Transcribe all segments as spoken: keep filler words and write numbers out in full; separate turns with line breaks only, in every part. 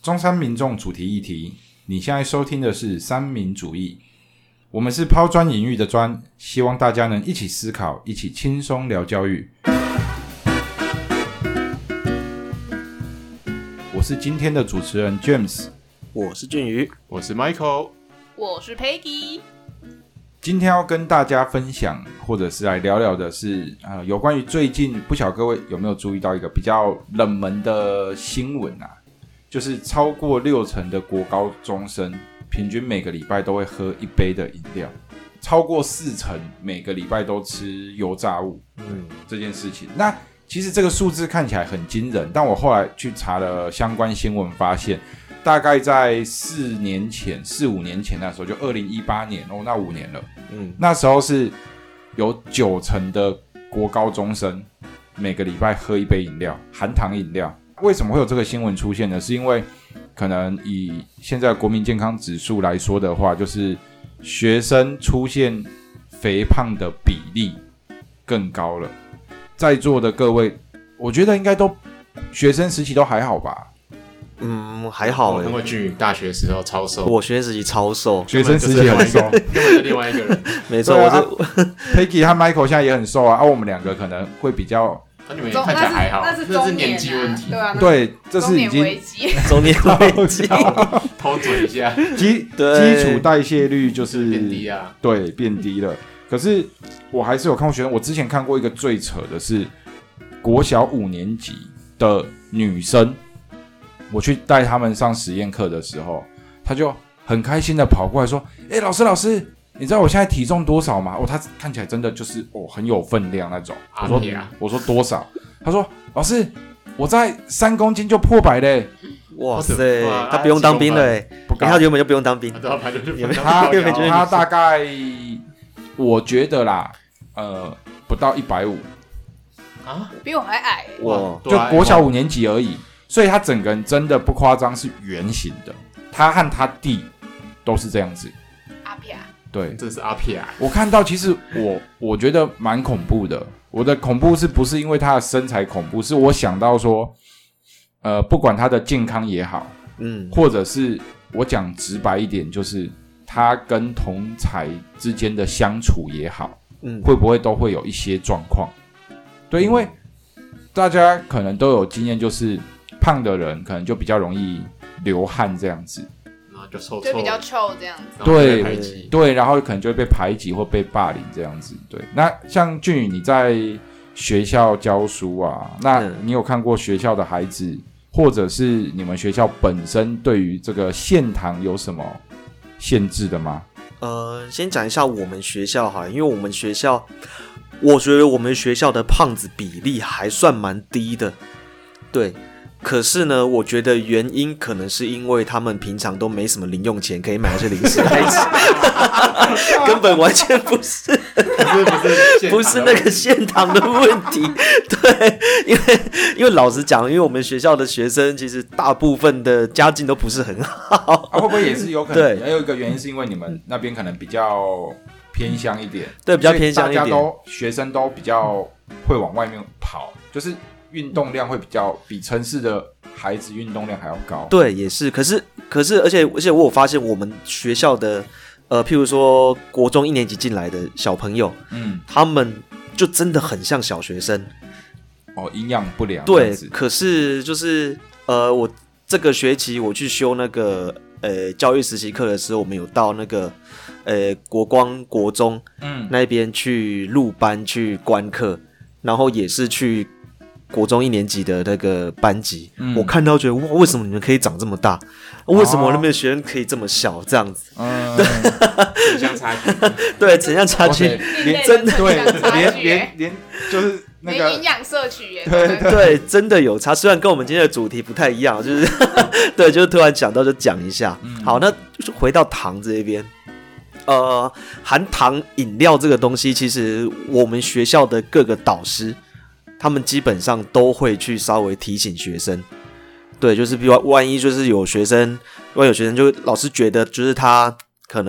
中山民众主题议题，你现在收听的是三民主义，我们是抛砖引玉的砖，希望大家能一起思考，一起轻松聊教育。我是今天的主持人 James，
我是俊宇，
我是 Michael，
我是 Peggy。
今天要跟大家分享或者是来聊聊的是、呃、有关于最近不晓得各位有没有注意到一个比较冷门的新闻啊，就是超过六成的国高中生平均每个礼拜都会喝一杯的饮料，超过四成每个礼拜都吃油炸物。嗯，这件事情，那其实这个数字看起来很惊人，但我后来去查了相关新闻，发现大概在四年前、四五年前那时候，就二零一八年哦，那五年了。嗯，那时候是有九成的国高中生每个礼拜喝一杯饮料，含糖饮料。为什么会有这个新闻出现呢？是因为可能以现在国民健康指数来说的话，就是学生出现肥胖的比例更高了。在座的各位，我觉得应该都学生时期都还好吧？
嗯，还好诶。
因为俊宇大学时候超瘦，
我学生时期超瘦，
学生时期很瘦，
根本是另外一个人。
没错，我是
Peggy 和 Michael 现在也很瘦啊，而、啊、我们两个可能会比较。
啊、你们看起来还好，
那是
那是年纪问题。
对啊，
对，这是已经
中年危机，
偷嘴一下，
基基础代谢率就是
变低啊，
对，变低了。可是我还是有看过学生，我之前看过一个最扯的是国小五年级的女生，我去带他们上实验课的时候，她就很开心的跑过来说：“哎、欸，老师老师，你知道我现在体重多少吗？”哦，她看起来真的就是哦很有分量那种。我说、啊、我说多少？她说老师，我在三公斤就破百嘞。
哇塞，他不用当兵了哎，他原本就不用当兵，
他他大概我觉得啦，呃，不到一百五
啊，比我还矮
哇，就国小五年级而已，所以他整个人真的不夸张，是圆形的。他和他弟都是这样子。
阿撇，
对，
这是阿撇。
我看到其实我我觉得蛮恐怖的。我的恐怖是不是因为他的身材恐怖？是我想到说，呃，不管他的健康也好，嗯，或者是我讲直白一点，就是他跟同侪之间的相处也好，嗯，会不会都会有一些状况？对，因为大家可能都有经验，就是胖的人可能就比较容易流汗这样子。
就臭臭
就比较臭这样子，
对对，然后可能就会被排挤或被霸凌这样子。对，那像俊宇你在学校教书啊，那你有看过学校的孩子，或者是你们学校本身对于这个限糖有什么限制的吗？
呃，先讲一下我们学校哈，因为我们学校，我觉得我们学校的胖子比例还算蛮低的，对。可是呢，我觉得原因可能是因为他们平常都没什么零用钱可以买那些零食来吃，根本完全不是，
不是不是
不是那个限糖的问题。对，因为因为老实讲，因为我们学校的学生其实大部分的家境都不是很好，
啊、会不会也是有可能？对，还有一个原因是因为你们那边可能比较偏乡一点，
对，比较偏乡一点，
大家都学生都比较会往外面跑，就是。运动量会比较比城市的孩子运动量还要高。
对，也是。可是，可是，而且，而且，我有发现我们学校的，呃，譬如说国中一年级进来的小朋友，嗯，他们就真的很像小学生。
哦，营养不良。
对，可是就是呃，我这个学期我去修那个呃教育实习课的时候，我们有到那个呃国光国中嗯那边去入班去观课，然后也是去。国中一年级的那个班级，嗯、我看到觉得哇，为什么你们可以长这么大？为什么我那边的学生可以这么小？这样子，
嗯，
对，
城乡差距，
对，城乡差距，
连
真的
对，连连连就是那个
连营养摄取也
对 对, 对，真的有差。虽然跟我们今天的主题不太一样，就是对，就是突然想到就讲一下。嗯、好，那就是回到糖这一边。呃，含糖饮料这个东西，其实我们学校的各个导师。他们基本上都会去稍微提醒学生，对，就是比如万一就是有学生，万一有学生就老师觉得就是他可能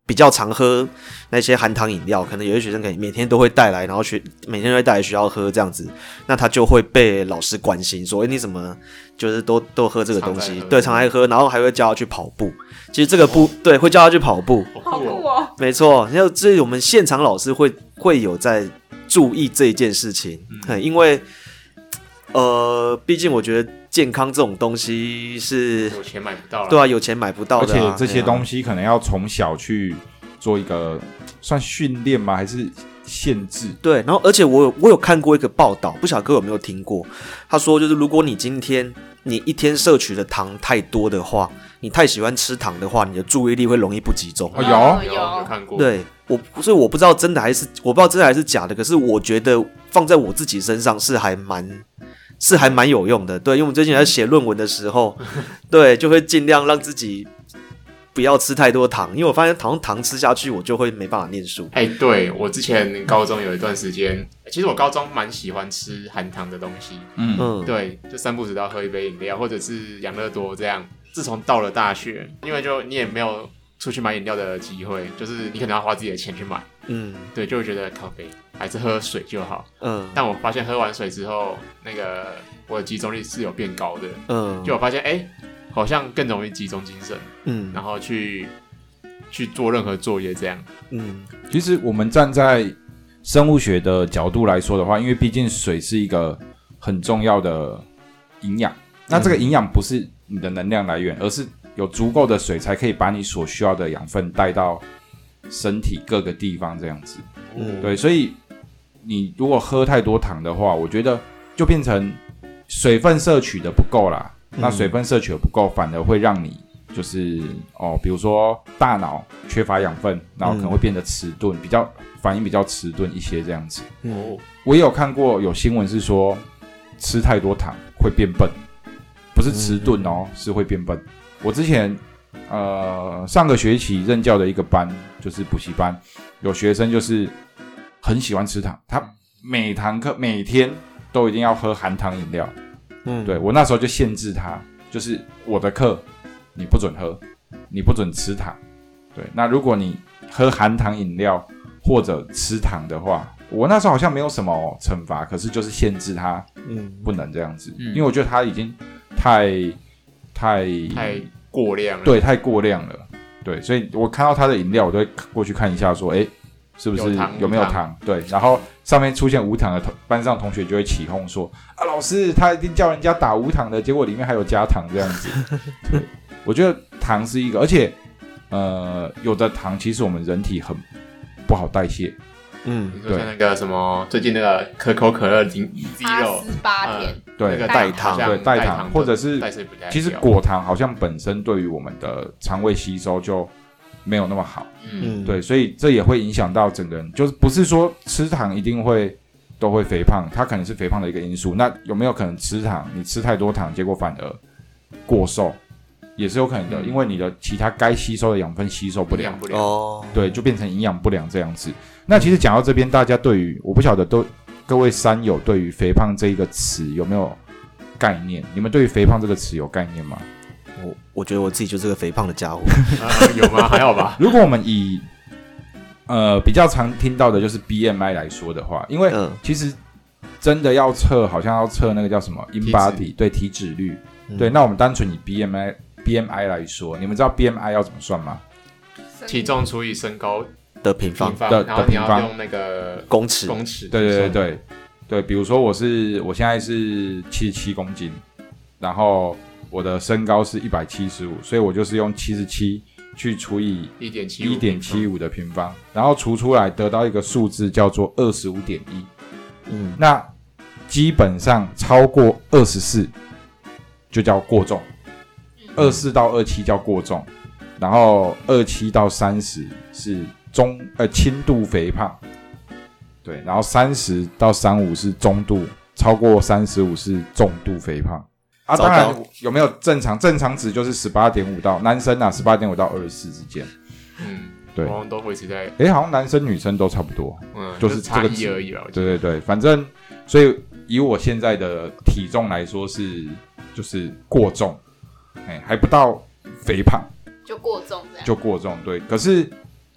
比较常喝那些含糖饮料，可能有些学生可以每天都会带来，然后学每天都会带来学校喝这样子，那他就会被老师关心，说：“哎，你怎么就是都都喝这个东西？”对，常爱喝，然后还会叫他去跑步。其实这个步、哦、对，会叫他去跑步，
好酷哦！
没错，然后这我们现场老师会会有在注意这一件事情，嗯、因为呃，毕竟我觉得健康这种东西是
有钱买不到了，
对啊，有钱买不到的、啊，
而且这些东西可能要从小去做一个算训练吗？还是限制？
对，然后而且我有我有看过一个报道，不晓得各位有没有听过？他说就是如果你今天你一天摄取的糖太多的话，你太喜欢吃糖的话，你的注意力会容易不集中。
哦，
有有有看过。
对，我所以我不知道真的还是我不知道真的还是假的，可是我觉得放在我自己身上是还蛮是还蛮有用的。对，因为我们最近在写论文的时候，对，就会尽量让自己不要吃太多糖，因为我发现好像糖吃下去，我就会没办法念书。
哎、欸，对我之前高中有一段时间，其实我高中蛮喜欢吃含糖的东西，嗯，对，就三不时都要喝一杯饮料，或者是养乐多这样。自从到了大学，因为就你也没有出去买饮料的机会，就是你可能要花自己的钱去买，嗯，对，就会觉得靠北还是喝水就好，嗯。但我发现喝完水之后，那个我的集中力是有变高的，嗯，就我发现哎。欸好像更容易集中精神，嗯，然后去去做任何作业这样，
嗯，其实我们站在生物学的角度来说的话，因为毕竟水是一个很重要的营养，那这个营养不是你的能量来源，而是有足够的水才可以把你所需要的养分带到身体各个地方这样子，嗯，对，所以你如果喝太多糖的话，我觉得就变成水分摄取的不够啦。那水分摄取的不够，反而会让你就是哦，比如说大脑缺乏养分，然后可能会变得迟钝，比较反应比较迟钝一些这样子。哦，我也有看过有新闻是说吃太多糖会变笨，不是迟钝哦，嗯、是会变笨。我之前呃上个学期任教的一个班就是补习班，有学生就是很喜欢吃糖，他每堂课每天都一定要喝含糖饮料。嗯，对，我那时候就限制他，就是我的课你不准喝，你不准吃糖。对，那如果你喝含糖饮料或者吃糖的话，我那时候好像没有什么惩罚，可是就是限制他，嗯，不能这样子，嗯、因为我觉得他已经太太
太过量了，
对，太过量了，对，所以我看到他的饮料，我都会过去看一下，说，哎，是不是 有, 有没有糖？对，然后上面出现无糖的，班上同学就会起哄说，啊，老师他一定叫人家打无糖的，结果里面还有加糖这样子。对，我觉得糖是一个，而且呃，有的糖其实我们人体很不好代谢。
嗯，你说像那个什么，最近那个可口可乐零 zero
八甜，
对，
那个
代
糖，
对代糖，或者是
代谢不太，
其实果糖好像本身对于我们的肠胃吸收就没有那么好，嗯，对，所以这也会影响到整个人，就是不是说吃糖一定会都会肥胖，它可能是肥胖的一个因素。那有没有可能吃糖，你吃太多糖，结果反而过瘦，也是有可能的，嗯、因为你的其他该吸收的养分吸收不良，
不良哦，
对，就变成营养不良这样子。那其实讲到这边，大家对于我不晓得都各位山友对于肥胖这一个词有没有概念？你们对于肥胖这个词有概念吗？
我我觉得我自己就是个肥胖的家伙，
呃、有吗？还好吧。
如果我们以呃比较常听到的就是 B M I 来说的话，因为其实真的要测，好像要测那个叫什么 in body， 对，体脂率，嗯、对。那我们单纯以 B M I B M I 来说，你们知道 B M I 要怎么算吗？
体重除以身高
的平方
的
然后你要用那个
公尺，
公尺，
对对对对对。比如说我是我现在是七十七公斤，然后我的身高是一百七十五，所以我就是用七十七去除以 一点七五 的平方，然后除出来得到一个数字叫做 二十五点一。嗯，那基本上超过二十四就叫过重，二十四到二十七叫过重，然后二十七到三十是中呃轻度肥胖，对，然后三十到三十五是中度，超过三十五是重度肥胖。啊，当然有没有正常？正常值就是 十八点五 到男生啊 十八点五 到二十四之间。
嗯，
对，
好像都维持在，
诶，好像男生女生都差不多，
嗯，
就是这个
差异而已了。
对对对，反正所以以我现在的体重来说是就是过重，哎，还不到肥胖，
就过重这样，
就过重。对，可是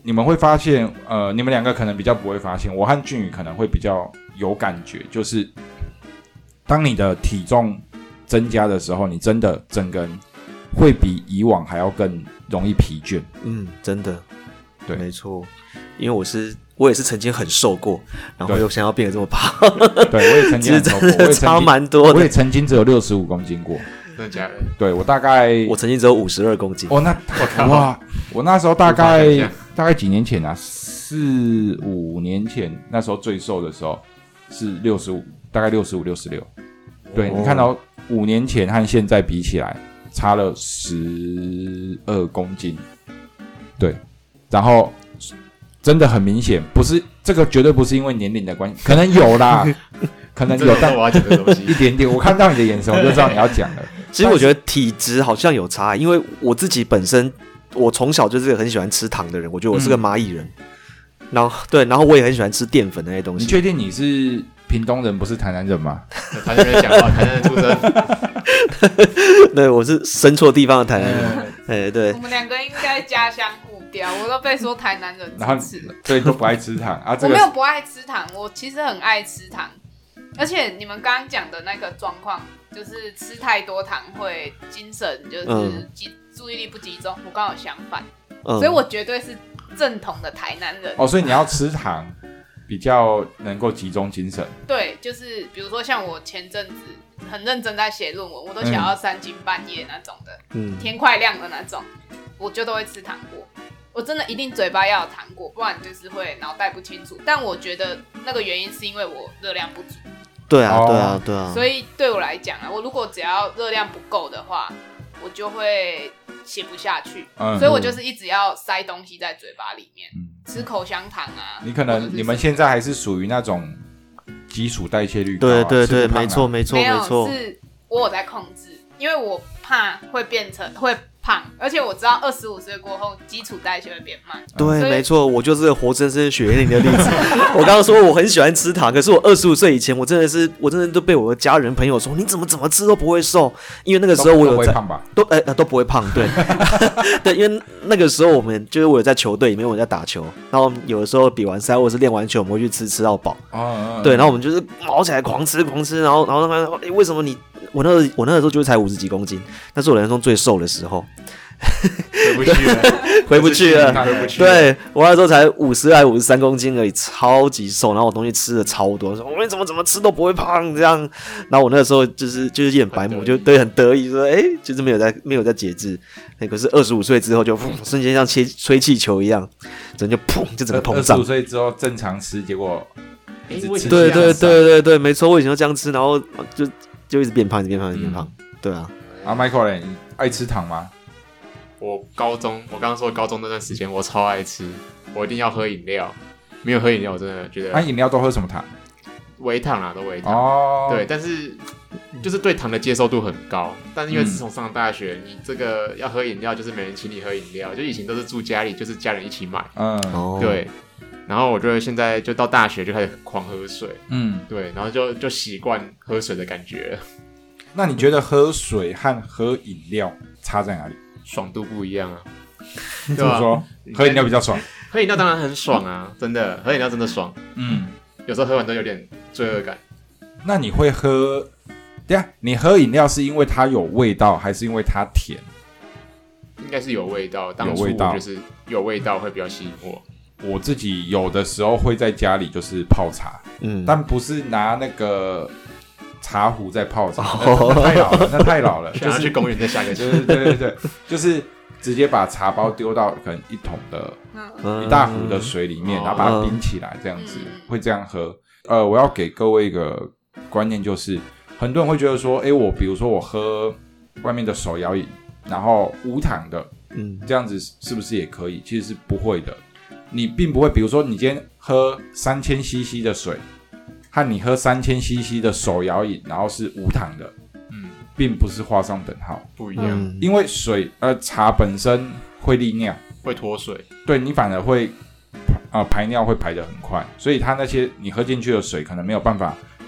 你们会发现，呃，你们两个可能比较不会发现，我和俊宇可能会比较有感觉，就是当你的体重增加的时候，你真的整个人会比以往还要更容易疲倦。
嗯，真的，
对，
没错，因为我是我也是曾经很瘦过，然后又想要变得这么胖。
对，我也曾经很瘦过，我也
差蛮多的。
我也曾经只有六十五公斤过。
真的假的？
对，我大概
我曾经只有五十二公斤。
哦，那哇，我那时候大概大概几年前啊，四五年前，那时候最瘦的时候是六十五，大概六十五、六十六。对、哦、你看到五年前和现在比起来，差了十二公斤。对，然后真的很明显，不是这个绝对不是因为年龄的关系，可能有啦，可能有，但
我要讲的东西
一点点，我看到你的眼神，我就知道你要讲了。
其实我觉得体质好像有差，因为我自己本身，我从小就是个很喜欢吃糖的人，我觉得我是个蚂蚁人。嗯、然后对，然后我也很喜欢吃淀粉的那些东西。
你确定你是屏东人，不是台南人吗？
台南人讲话，台南人出
生。对，我是生错地方的台南人。哎，对。
我们两个应该家乡互调，我都被说台南人
然后所以都不爱吃糖啊。这个、
我没有不爱吃糖，我其实很爱吃糖，而且你们刚刚讲的那个状况。就是吃太多糖会精神就是集、嗯、注意力不集中，我刚好相反、嗯，所以我绝对是正统的台南人。
哦，所以你要吃糖比较能够集中精神。
对，就是比如说像我前阵子很认真在写论文，我都写到三更半夜那种的，嗯，天快亮的那种，我就都会吃糖果。我真的一定嘴巴要有糖果，不然就是会脑袋不清楚。但我觉得那个原因是因为我热量不足。
对啊，对啊，对啊。
所以对我来讲啊，我如果只要热量不够的话，我就会写不下去。嗯，所以我就是一直要塞东西在嘴巴里面，嗯、吃口香糖啊。
你可能你们现在还是属于那种基础代谢率高、
啊，对对对，
啊、
没错没错没错。
是我有在控制，因为我怕会变成会。胖，而且我知道二十五岁过后基础代谢会变慢。
对，没错，我就是活生生血淋淋的例子。我刚刚说我很喜欢吃糖，可是我二十五岁以前，我真的是，我真的都被我的家人朋友说，你怎么怎么吃都不会瘦，因为那个时候我有在
都不会胖吧？
都哎、欸、都不会胖，对，对，因为那个时候我们就是我有在球队里面，我在打球，然后有的时候比完赛或者是练完球，我们会去吃吃到饱。哦，对，然后我们就是毛起来狂吃狂吃，然后然后他们说，哎、欸，为什么你？我那个我那个时候就是才五十几公斤，那是我人生中最瘦的时候。
回不去了，
回不去了。对，我那时候才五十还五十三公斤而已，超级瘦。然后我东西吃的超多，说我们怎么怎么吃都不会胖这样。然后我那个时候就是就是演白目，就对很得意说，哎、欸，就是没有在没有在节制。欸、可是二十五岁之后就瞬间像吹吹气球一样，整就砰就整个膨胀。
二十五岁之后正常吃，结果一直吃
对对对对对，没错，我以前都这样吃，然后就就一直变胖，一直变胖，一直变胖。嗯、对啊。
啊 ，Michael 嘞，你爱吃糖吗？
我高中，我刚刚说高中那段时间，我超爱吃，我一定要喝饮料。没有喝饮料，我真的觉得。
那饮料都喝什么糖？
微糖啊，都微糖。哦。对，但是就是对糖的接受度很高。但是因为自从上了大学，嗯、你这个要喝饮料，就是没人请你喝饮料。就以前都是住家里，就是家人一起买。嗯。对。然后我觉得现在就到大学就开始狂喝水。嗯。对，然后就就习惯喝水的感觉了。
那你觉得喝水和喝饮料差在哪里？
爽度不一样啊，
怎么说？喝饮料比较爽，
喝饮料当然很爽啊，真的，喝饮料真的爽。嗯，有时候喝完都有点罪恶感。
那你会喝？对啊，你喝饮料是因为它有味道，还是因为它甜？
应该是有味道，当初我就是有味道会比较吸引我。
我自己有的时候会在家里就是泡茶，嗯，但不是拿那个。茶壶在泡茶，那, 那太老了，那太老了。
想要去公园再下个
就是对对对，就是直接把茶包丢到可能一桶的、嗯、一大壶的水里面，嗯、然后把它冰起来，这样子、嗯、会这样喝。呃，我要给各位一个观念，就是很多人会觉得说，哎，我比如说我喝外面的手摇饮，然后无糖的，嗯，这样子是不是也可以？其实是不会的，你并不会。比如说你今天喝三千 C C 的水。和你喝三千 C C 的手摇饮，然后是无糖的，嗯，并不是画上等号，
不一样。
嗯、因为水呃茶本身会利尿，
会脱水，
对你反而会呃排尿会排得很快，所以它那些你喝进去的水可能没有办法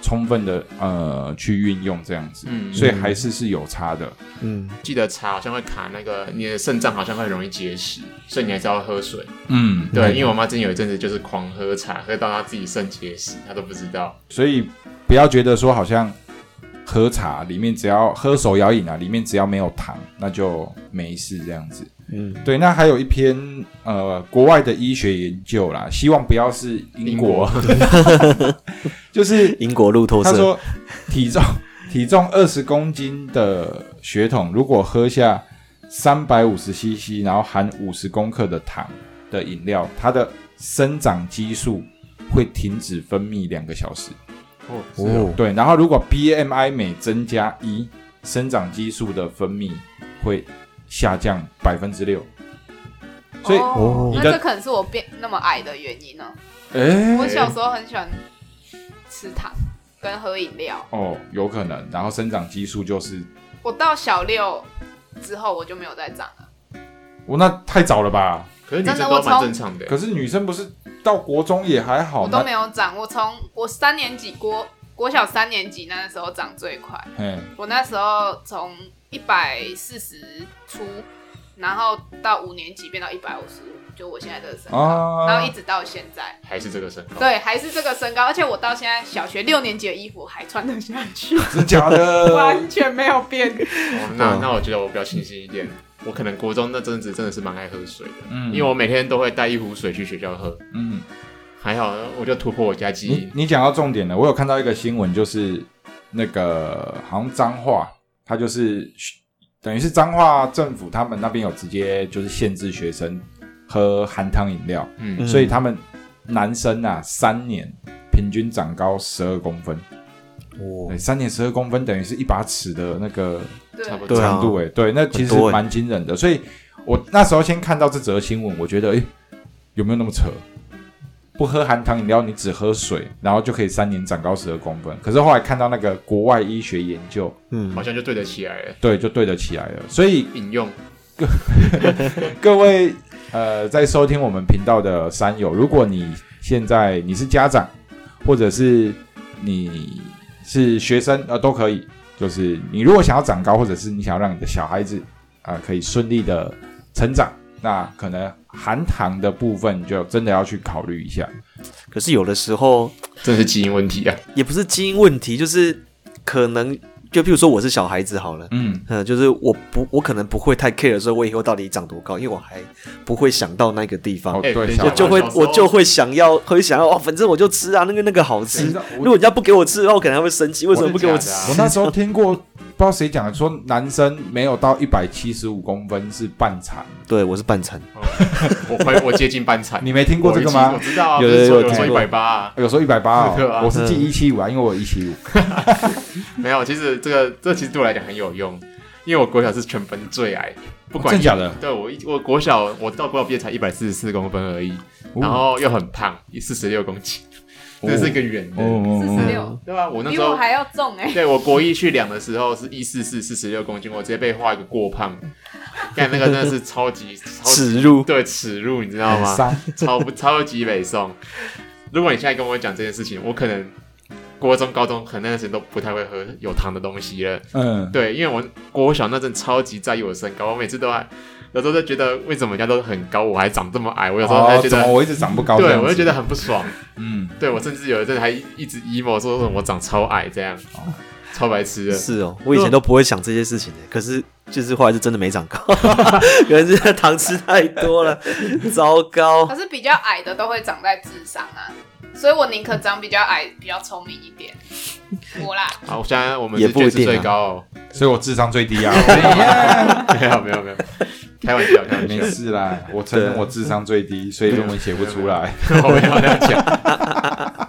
充分的呃去运用这样子，嗯，所以还是是有差的。
嗯，记得茶好像会卡那个你的肾脏，好像会容易结石，所以你还是要喝水。嗯，对，因为我妈之前有一阵子就是狂喝茶，喝到她自己肾结石，她都不知道。
所以不要觉得说好像喝茶里面只要喝手摇饮啊，里面只要没有糖，那就没事这样子。嗯，对。那还有一篇呃国外的医学研究啦，希望不要是英国，就是
英国路透社。
他说体重体重二十公斤的血统，如果喝下三百五十 C C， 然后含五十公克的糖的饮料，它的生长激素会停止分泌两个小时。哦，是哦，对。然后如果 B M I 每增加一，生长激素的分泌会下降百分之六。所以，
哦，那这可能是我变那么矮的原因呢。欸，我小时候很喜欢吃糖跟喝饮料。
哦，有可能。然后生长激素就是，
我到小六之后我就没有再长了。
我那太早了吧？
可是女生都蛮正常的。
可是女生不是到国中也还好，
我都没有长。我从我三年级国国小三年级那时候长最快。我那时候从一百四十出，然后到五年级变到一百五十五，就我现在这个身高，啊，然后一直到现在
还是这个身高。
对，还是这个身高，而且我到现在小学六年级的衣服还穿得下去，
真假的？
完全没有变。
哦，那那我觉得我比较庆幸一点。我可能国中那阵子真的是蛮爱喝水的，嗯，因为我每天都会带一壶水去学校喝，嗯，还好我就突破我家基因。
你讲到重点了，我有看到一个新闻，就是那个好像彰化，它就是等于是彰化政府他们那边有直接就是限制学生喝含糖饮料，嗯，所以他们男生啊三年平均长高十二公分。哦，对，三年十二公分等于是一把尺的那个
差不多
长度，哎，对，那其实蛮惊人的。所以我那时候先看到这则新闻，我觉得，哎，有没有那么扯？不喝含糖饮料，你只喝水，然后就可以三年长高十二公分。可是后来看到那个国外医学研究，
嗯，好像就对得起来了。
对，就对得起来了。所以
引用
各各位呃，在收听我们频道的山友，如果你现在你是家长，或者是你是学生，呃，都可以。就是你如果想要长高，或者是你想要让你的小孩子啊、呃、可以顺利的成长，那可能含糖的部分就真的要去考虑一下。
可是有的时候，
这是基因问题啊，
也不是基因问题，就是可能。就譬如说我是小孩子好了，嗯，呃，就是我不，我可能不会太 care 说我以后到底长多高，因为我还不会想到那个地方，
哦、对，
我就会我就会想要，会想要哦，反正我就吃啊，那个那个好吃。如果人家不给我吃的话，我可能还会生气，为什么不给我吃？
我, 我那时候听过，不知道谁讲的，说男生没有到一百七十五公分是半残。
对，我是半残，
哦、我快我接近半残。
你没听过这个吗？
我知道啊，
有
有有说一百八啊，
有说一百八哦，我是记一七五啊，因为我一七五。
没有，其实这个这其实对我来讲很有用，因为我国小是全班最矮，不管、
哦、真假的。
对我我国小我到国小毕业才一百四十四公分而已，哦、然后又很胖，四十六公斤，这、哦、是一个圆的，
四十六，
对吧？我那时候
比我还要重哎、欸。
对我国一去量的时候是一四四，四十六公斤，我直接被画一个过胖。干那个真的是超级超
耻辱，
对耻辱，你知道吗？超不超级北宋。如果你现在跟我讲这件事情，我可能。国中、高中可能那段时间都不太会喝有糖的东西了。嗯，对，因为我国小那阵超级在意我的身高，我每次都还有时候就觉得为什么人家都很高，我还长这么矮，我有时候还觉得、哦、
怎么我一直长不高，
对我就觉得很不爽。嗯，对我甚至有一阵还一直 emo 说我长超矮这样，哦、超白痴的。
是哦，我以前都不会想这些事情的，可是就是后来是真的没长高，可能是糖吃太多了，糟糕。
可是比较矮的都会长在智商啊。所以我宁可长比较矮，比较聪明一点。我啦，
好，我现在我们是卷是最高哦，
所以我智商最低啊。
没有没有没有，开玩笑，开玩笑，
没事啦。我承认我智商最低，所以论文写不出来。
我没有这样讲。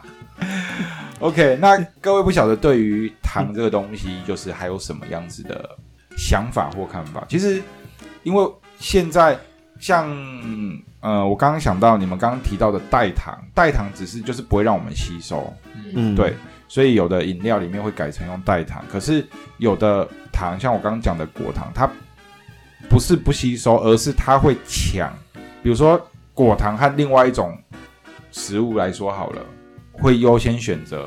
OK， 那各位不晓得对于糖这个东西，就是还有什么样子的想法或看法？其实，因为现在像。呃，我刚刚想到你们刚刚提到的代糖，代糖只是就是不会让我们吸收，嗯，对，所以有的饮料里面会改成用代糖，可是有的糖，像我刚刚讲的果糖，它不是不吸收，而是它会抢，比如说果糖和另外一种食物来说好了，会优先选择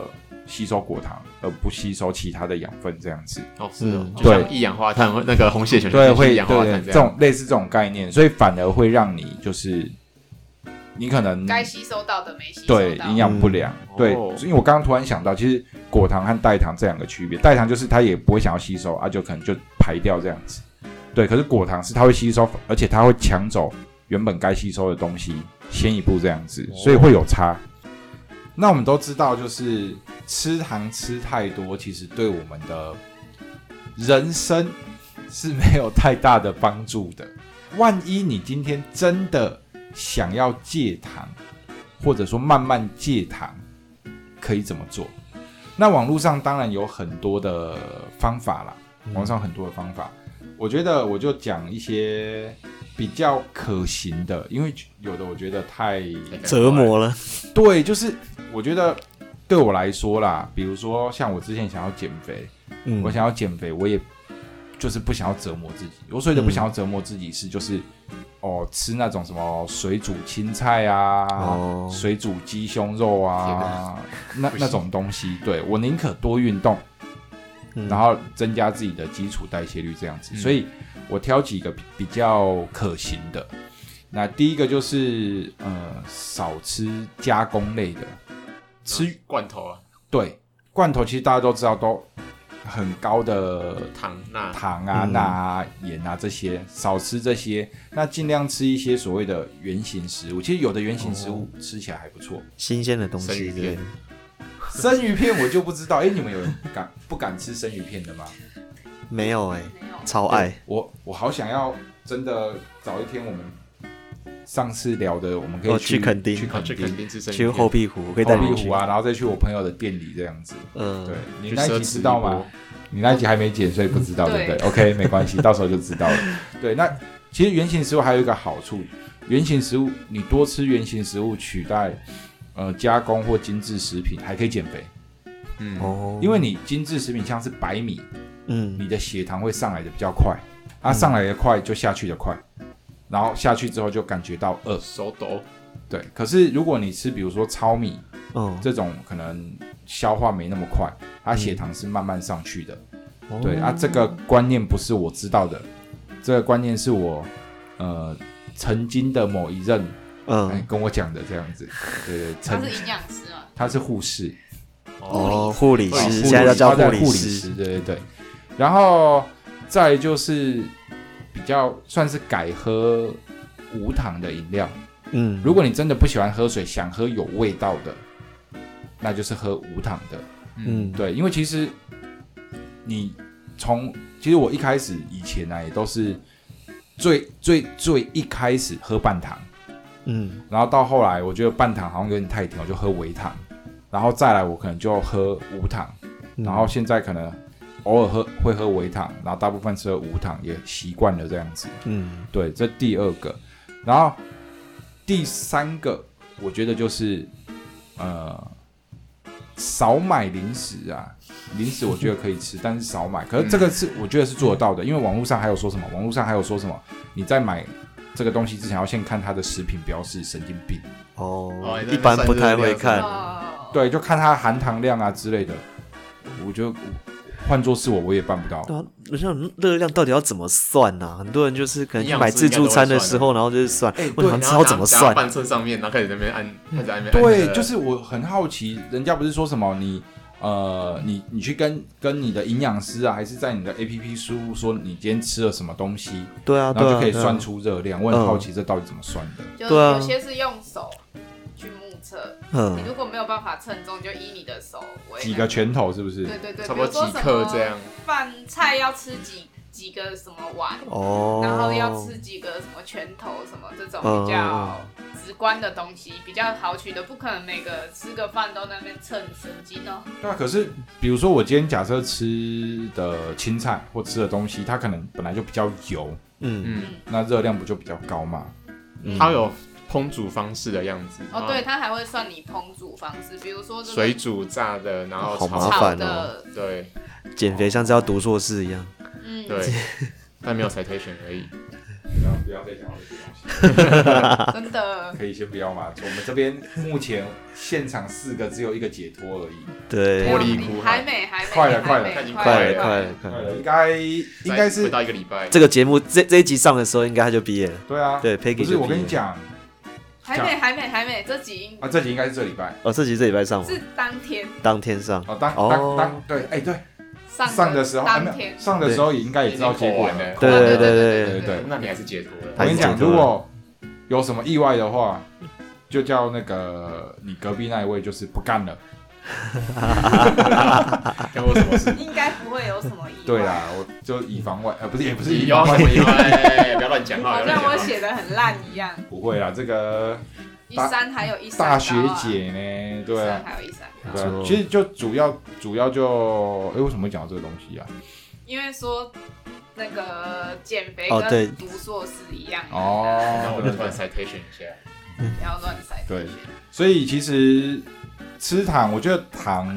吸收果糖，而不吸收其他的养分这样子。
哦，是哦，就像一氧化碳那个红血球
对会
一氧化碳
这种类似这种概念，所以反而会让你就是你可能
该吸收到的没吸收到，
对营养不良。嗯、对，哦、因为我刚刚突然想到，其实果糖和代糖这两个区别，代糖就是它也不会想要吸收啊，就可能就排掉这样子。对，可是果糖是它会吸收，而且它会抢走原本该吸收的东西，先一步这样子，所以会有差。那我们都知道，就是吃糖吃太多，其实对我们的人生是没有太大的帮助的。万一你今天真的想要戒糖，或者说慢慢戒糖，可以怎么做？那网络上当然有很多的方法啦，网上很多的方法，我觉得我就讲一些比较可行的，因为有的我觉得太
折磨了。
对，就是我觉得对我来说啦，比如说像我之前想要减肥，嗯、我想要减肥，我也就是不想要折磨自己。我所谓的不想要折磨自己是就是。哦，吃那种什么水煮青菜啊，哦、水煮鸡胸肉啊，那那种东西，对我宁可多运动，嗯、然后增加自己的基础代谢率这样子。嗯、所以我挑几个 比, 比较可行的。那第一个就是呃，少吃加工类的，吃、
嗯、罐头啊，
对，罐头其实大家都知道都。很高的
糖、钠、
糖啊、钠啊、盐啊这些，少吃这些。那尽量吃一些所谓的原型食物。其实有的原型食物吃起来还不错，
新鲜的东西。
生鱼片，
生鱼片我就不知道。哎，你们有人敢不敢吃生鱼片的吗？
没有哎、欸，超爱。
我我好想要，真的早一天我们。上次聊的，我们可以去、
哦、去垦丁，
去垦丁，
丁吃
去后壁湖，可以带
后壁湖啊，然后再去我朋友的店里这样子。嗯，对，你那一集知道吗？你那一集还没剪，所以不知道，对不对 ？OK， 没关系，到时候就知道了。对，那其实原型食物还有一个好处，原型食物你多吃原型食物取代呃加工或精致食品，还可以减肥。嗯哦，因为你精致食品像是白米，嗯，你的血糖会上来的比较快，啊，上来的快就下去的快。然后下去之后就感觉到饿，
手抖。
对，可是如果你吃比如说糙米，嗯，这种可能消化没那么快，它血糖是慢慢上去的。嗯、对啊，这个观念不是我知道的，这个观念是我呃曾经的某一任嗯、欸、跟我讲的这样子。对对，
他是营养师吗？
他是护士。
哦，护理师，
现在叫护理师。对对对，然后再来就是。比较算是改喝无糖的饮料，嗯，如果你真的不喜欢喝水，想喝有味道的，那就是喝无糖的，嗯，对，因为其实你从其实我一开始以前呢、啊、也都是最最最一开始喝半糖，嗯，然后到后来我觉得半糖好像有点太甜，我就喝微糖，然后再来我可能就喝无糖，嗯、然后现在可能。偶尔喝会喝微糖，然后大部分吃了无糖，也习惯了这样子。嗯，对，这第二个，然后第三个，我觉得就是呃少买零食啊，零食我觉得可以吃，但是少买。可是这个是我觉得是做得到的，因为网络上还有说什么？网络上还有说什么？你在买这个东西之前要先看它的食品标示，神经病
哦，一般不太会看。
对，就看它含糖量啊之类的，我觉得。换作是我，我也办不到。
对啊，我想热量到底要怎么算啊？很多人就是可能去买自助餐的时候，然后就是算，哎，我想知道怎么算。
半车上面，然后开始在那边按，开始按那边。
对，就是我很好奇，人家不是说什么你呃，你你去跟跟你的营养师啊，还是在你的 A P P 输入说你今天吃了什么东西？
对啊，
然后就可以算出热量。我很好奇这到底怎么算的？
就有些是用手。去目测，嗯，你如果没有办法称重，就以你的手为
几个拳头，是不是？
对对对，
差不多几克这样。
饭菜要吃几几个什么碗，哦，然后要吃几个什么拳头什么这种比较直观的东西，比较好取的，不可能每个吃个饭都在那边称神经哦。
对啊，可是比如说我今天假设吃的青菜或吃的东西，它可能本来就比较油，嗯嗯，那热量不就比较高嘛？
嗯、它有。烹煮方式的样子
哦，对，它还会算你烹煮方式，比如说、这个、
水煮、炸的，然后
好麻烦
哦。
对，
减肥像是要读硕士一样。
嗯，对，但没有 citation 而已。
不要再讲这些东西。
真的
可以先不要嘛？我们这边目前现场四个只有一个解脱而已。
对，
脱离苦
还没，还没，
快了，快了，
快了，
快了，快了，快了，
应该应该是
不到一个礼拜。
这个节目这这一集上的时候，应该他就毕业了。
对啊，
对 ，Peggy
不是我跟你讲，
还没，还没，还没，这集应
啊，这集应该是这礼拜。
哦，这集这礼拜上吗？
是当天，
当天上。
哦，当当当，对，哎对。上的时候，
当天
上的时候也应该也知道结果了。
对对对对
对对，
那你还是解脱了。
我跟你讲，如果有什么意外的话，就叫那个你隔壁那一位就是不干了。
干我什么事？
应该不会有什么意外。
对啦，我就以防外，呃，不是也不是
以防外，以防外，不要乱讲话。
好像我写的很烂一样。
不会啦，这个
一三还有一三
大学姐呢，对啊，
还有一三。
对啊，其实就主要主要就，哎，为什么会讲到这个东西啊？
因为说那个减肥跟读硕士一样。
哦，
那我就突然 citation 一下，
不要乱 citation。
对，所以其实吃糖，我觉得糖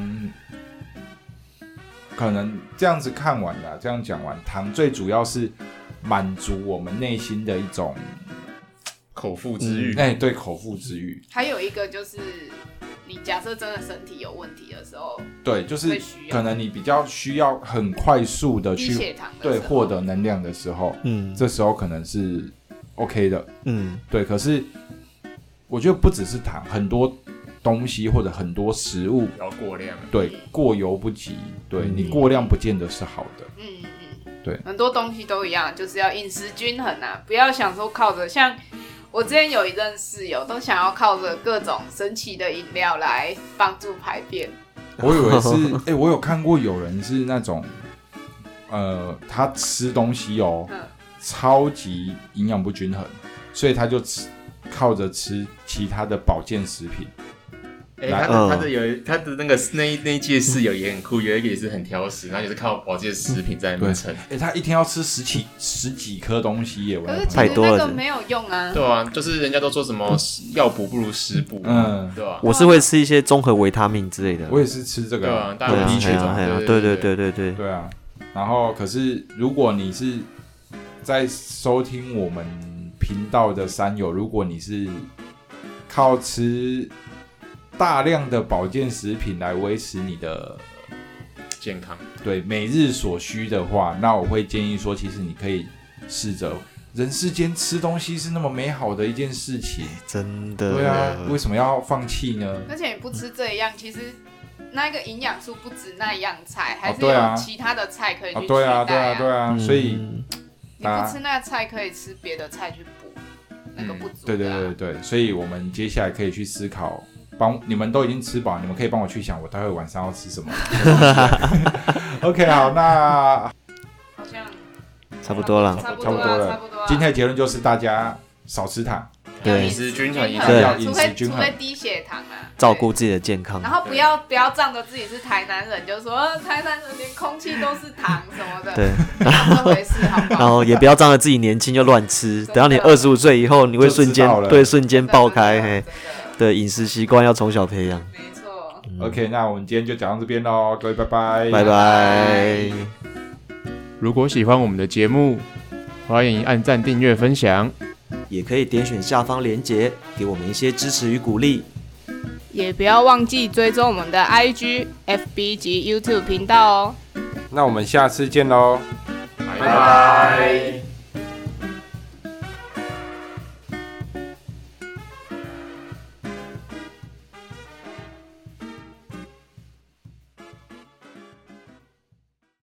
可能这样子看完了，这样讲完，糖最主要是满足我们内心的一种
口腹之欲。
哎，对，口腹之欲。
还有一个就是。你假设真的身体有问题的时候，
对，就是可能你比较需要很快速的去对获得能量的时候，嗯，这时候可能是 OK 的，嗯，对。可是我觉得不只是糖，很多东西或者很多食物
不要过量，
对，过犹不及，对、嗯、你过量不见得是好的，嗯
嗯，对，很多东西都一样，就是要饮食均衡啊，不要想说靠着像。我之前有一任室友，都想要靠着各种神奇的饮料来帮助排便。
我以为是，哎、欸，我有看过有人是那种，呃，他吃东西哦，嗯、超级营养不均衡，所以他就吃靠着吃其他的保健食品。
哎、欸，他的、嗯、他的有他的那个那一那一届室友也很酷，有一个也是很挑食，然后也是靠保健食品在那边撑。
哎、欸，他一天要吃十几十几颗东西耶，
可是其实那个没有用啊。
对啊，就是人家都说什么药补不如食补，嗯，对吧、啊？
我是会吃一些综合维他命之类的。
我也是吃这个，
对啊，大家
低血
糖，对对对对对
对啊。然后，可是如果你是在收听我们频道的山友，如果你是靠吃大量的保健食品来维持你的
健康，
对每日所需的话，那我会建议说，其实你可以试着，人世间吃东西是那么美好的一件事情，
真的，
对啊，为什么要放弃呢？
而且你不吃这一样，其实那个营养素不止那一样菜，还是有其他的菜可以去取代、啊哦、对啊，
对啊，对啊，嗯、所以
你不吃那个菜，可以吃别的菜去补那个不足、啊嗯。
对对对对，所以我们接下来可以去思考。帮你们都已经吃饱，你们可以帮我去想，我待会晚上要吃什么。OK， 好，那
好像
差不多了，
差不多了，差不多了。
今天的结论就是大家少吃糖，
对，
饮食均衡，
要饮食均衡，
除非低血糖啊，
照顾自己的健康。
然后不要不要仗着自己是台南人，就说台南人连空气都是糖什么的，
对，
这回事好不好？
然后也不要仗着自己年轻就乱吃，等到你二十五岁以后，你会瞬间对瞬间爆开，嘿。对，饮食习惯要从小培养。
没错。
嗯、OK， 那我们今天就讲到这边喽，各位拜拜，
拜拜。
如果喜欢我们的节目，欢迎按赞、订阅、分享，
也可以点选下方连结，给我们一些支持与鼓励。
也不要忘记追踪我们的 I G、F B 及 YouTube 频道哦。
那我们下次见喽，
拜拜。